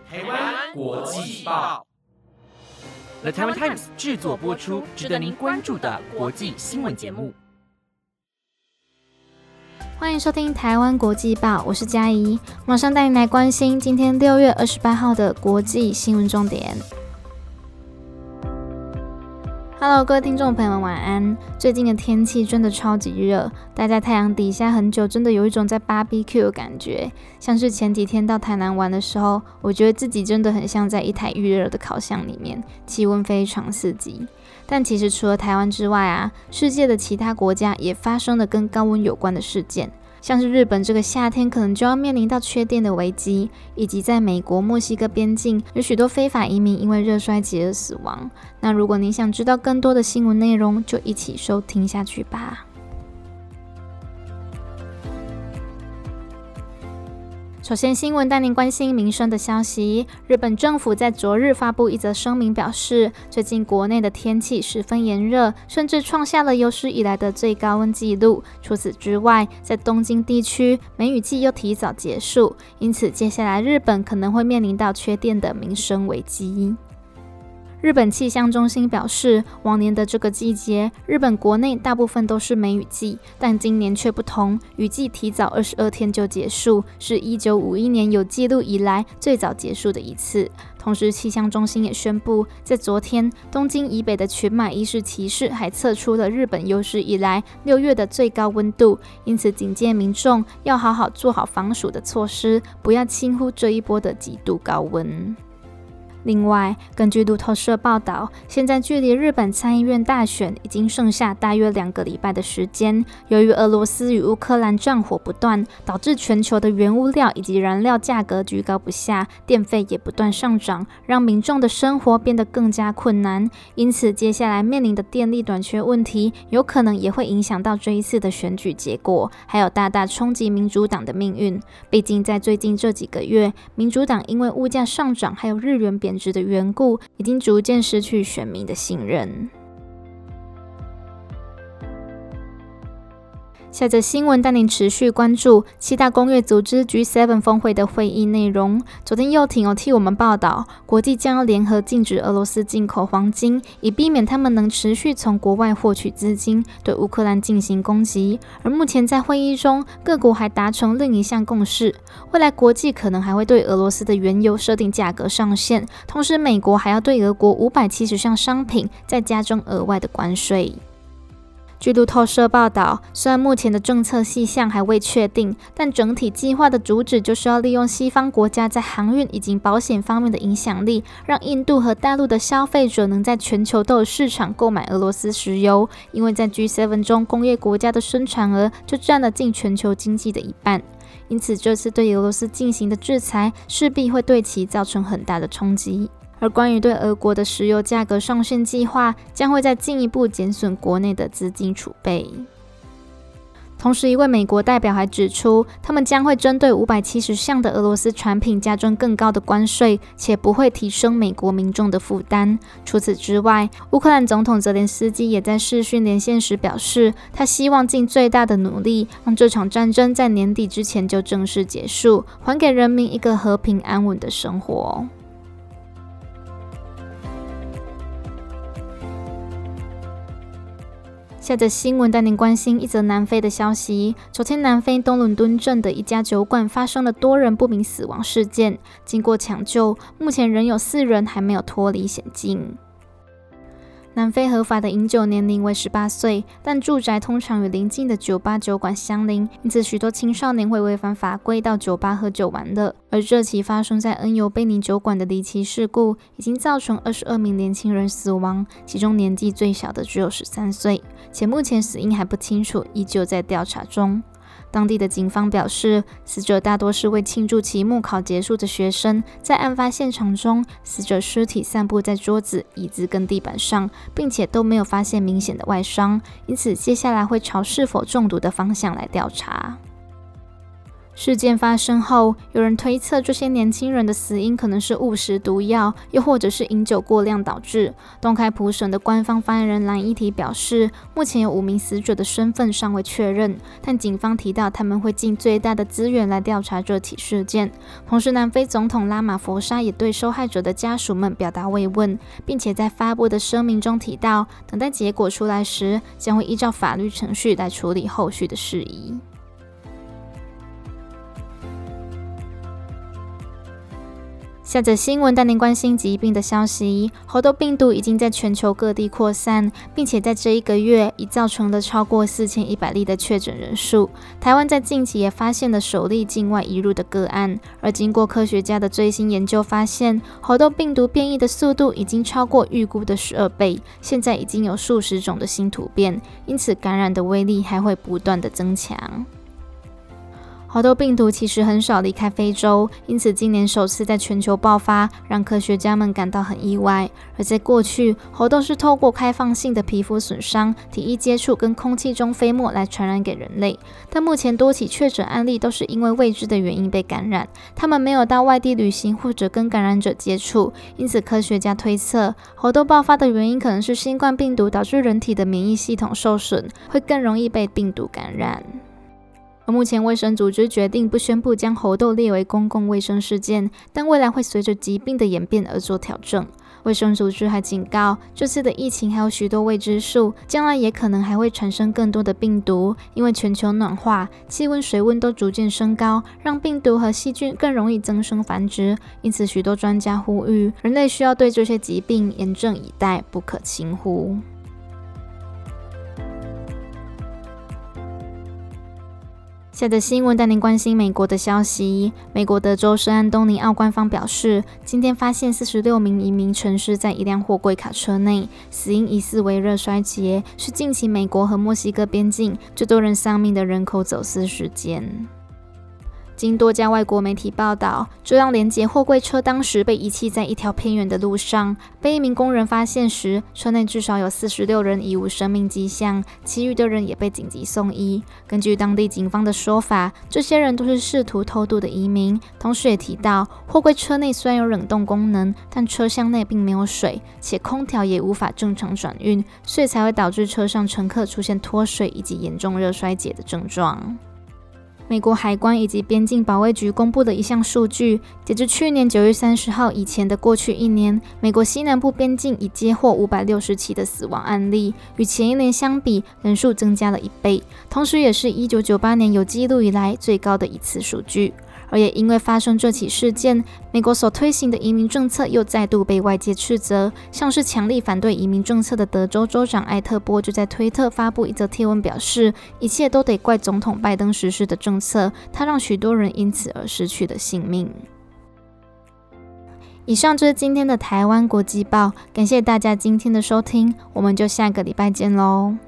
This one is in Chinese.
台湾国际报 The Taiwan Times 制作播出，值得您关注的国际新闻节目。 欢迎收听台湾国际报，我是嘉怡，马上带你来关心今天6月28号的国际新闻重点。Hello， 各位听众朋友们，晚安。最近的天气真的超级热，待在太阳底下很久，真的有一种在 BBQ 的感觉。像是前几天到台南玩的时候，我觉得自己真的很像在一台预热的烤箱里面，气温非常刺激。但其实除了台湾之外世界的其他国家也发生了跟高温有关的事件。像是日本这个夏天可能就要面临到缺电的危机，以及在美国墨西哥边境有许多非法移民因为热衰竭而死亡。那如果你想知道更多的新闻内容，就一起收听下去吧。首先，新闻带您关心民生的消息。日本政府在昨日发布一则声明，表示最近国内的天气十分炎热，甚至创下了有史以来的最高温纪录。除此之外，在东京地区梅雨季又提早结束，因此接下来日本可能会面临到缺电的民生危机。日本气象中心表示，往年的这个季节，日本国内大部分都是梅雨季，但今年却不同，雨季提早22天就结束，是1951年有记录以来最早结束的一次。同时，气象中心也宣布，在昨天，东京以北的群马伊势崎市还测出了日本有史以来6月的最高温度，因此警戒民众要好好做好防暑的措施，不要轻忽这一波的极度高温。另外，根据路透社报道，现在距离日本参议院大选已经剩下大约2个礼拜的时间。由于俄罗斯与乌克兰战火不断，导致全球的原物料以及燃料价格居高不下，电费也不断上涨，让民众的生活变得更加困难。因此，接下来面临的电力短缺问题，有可能也会影响到这一次的选举结果，还有大大冲击民主党的命运。毕竟，在最近这几个月，民主党因为物价上涨还有日元贬值的缘故，已经逐渐失去选民的信任。下则新闻带您持续关注7大工业组织 G7 峰会的会议内容。昨天又廷替我们报道，国际将要联合禁止俄罗斯进口黄金，以避免他们能持续从国外获取资金，对乌克兰进行攻击。而目前在会议中，各国还达成另一项共识，未来国际可能还会对俄罗斯的原油设定价格上限，同时美国还要对俄国570项商品再加征额外的关税。据路透社报道，虽然目前的政策细项还未确定，但整体计划的主旨就是要利用西方国家在航运以及保险方面的影响力，让印度和大陆的消费者能在全球都有市场购买俄罗斯石油。因为在 G7 中，工业国家的生产额就占了近全球经济的一半，因此这次对俄罗斯进行的制裁势必会对其造成很大的冲击。而关于对俄国的石油价格上限计划，将会再进一步减损国内的资金储备。同时，一位美国代表还指出，他们将会针对570项的俄罗斯产品加征更高的关税，且不会提升美国民众的负担。除此之外，乌克兰总统泽连斯基也在视讯连线时表示，他希望尽最大的努力，让这场战争在年底之前就正式结束，还给人民一个和平安稳的生活。下则新闻带您关心一则南非的消息。昨天，南非东伦敦镇的一家酒馆发生了多人不明死亡事件，经过抢救，目前仍有4人还没有脱离险境。南非合法的饮酒年龄为18岁，但住宅通常与邻近的酒吧酒馆相邻，因此许多青少年会违反法规到酒吧喝酒玩乐。而这起发生在恩尤贝尼酒馆的离奇事故，已经造成22名年轻人死亡，其中年纪最小的只有13岁，且目前死因还不清楚，依旧在调查中。当地的警方表示，死者大多是为庆祝期末考结束的学生。在案发现场中，死者尸体散布在桌子、椅子跟地板上，并且都没有发现明显的外伤，因此接下来会朝是否中毒的方向来调查。 事件发生后，有人推测这些年轻人的死因可能是误食毒药，又或者是饮酒过量导致。东开普省的官方发言人蓝依提表示，目前有5名死者的身份尚未确认，但警方提到他们会尽最大的资源来调查这起事件。同时，南非总统拉马佛沙也对受害者的家属们表达慰问，并且在发布的声明中提到，等待结果出来时，将会依照法律程序来处理后续的事宜。下则新闻带您关心疾病的消息。猴痘病毒已经在全球各地扩散，并且在这1个月已造成了超过4100例的确诊人数。台湾在近期也发现了首例境外移入的个案，而经过科学家的最新研究发现，猴痘病毒变异的速度已经超过预估的12倍，现在已经有数十种的新突变，因此感染的威力还会不断的增强。猴痘病毒其实很少离开非洲，因此今年首次在全球爆发，让科学家们感到很意外。而在过去，猴痘是透过开放性的皮肤损伤、体液接触跟空气中飞沫来传染给人类。但目前多起确诊案例都是因为未知的原因被感染，他们没有到外地旅行或者跟感染者接触，因此科学家推测，猴痘爆发的原因可能是新冠病毒导致人体的免疫系统受损，会更容易被病毒感染。而目前卫生组织决定不宣布将猴痘列为公共卫生事件，但未来会随着疾病的演变而做调整。卫生组织还警告，这次的疫情还有许多未知数，将来也可能还会产生更多的病毒，因为全球暖化，气温、水温都逐渐升高，让病毒和细菌更容易增生繁殖。因此，许多专家呼吁，人类需要对这些疾病严阵以待，不可轻忽。下则新闻带您关心美国的消息。美国德州圣安东尼奥官方表示，今天发现46名移民沉尸在一辆货柜卡车内，死因疑似为热衰竭，是近期美国和墨西哥边境最多人丧命的人口走私事件。经多家外国媒体报道，这辆连结货柜车当时被遗弃在一条偏远的路上，被一名工人发现时，车内至少有46人已无生命迹象，其余的人也被紧急送医。根据当地警方的说法，这些人都是试图偷渡的移民，同时也提到，货柜车内虽然有冷冻功能，但车厢内并没有水，且空调也无法正常转运，所以才会导致车上乘客出现脱水以及严重热衰竭的症状。美国海关以及边境保卫局公布的一项数据，截至去年9月30号以前的过去1年，美国西南部边境已接获560起的死亡案例，与前一年相比，人数增加了1倍，同时也是1998年有记录以来最高的一次数据。而也因为发生这起事件，美国所推行的移民政策又再度被外界斥责。像是强力反对移民政策的德州州长艾特波就在推特发布一则贴文表示，一切都得怪总统拜登实施的政策，他让许多人因此而失去了性命。以上就是今天的台湾国际报，感谢大家今天的收听，我们就下个礼拜见喽。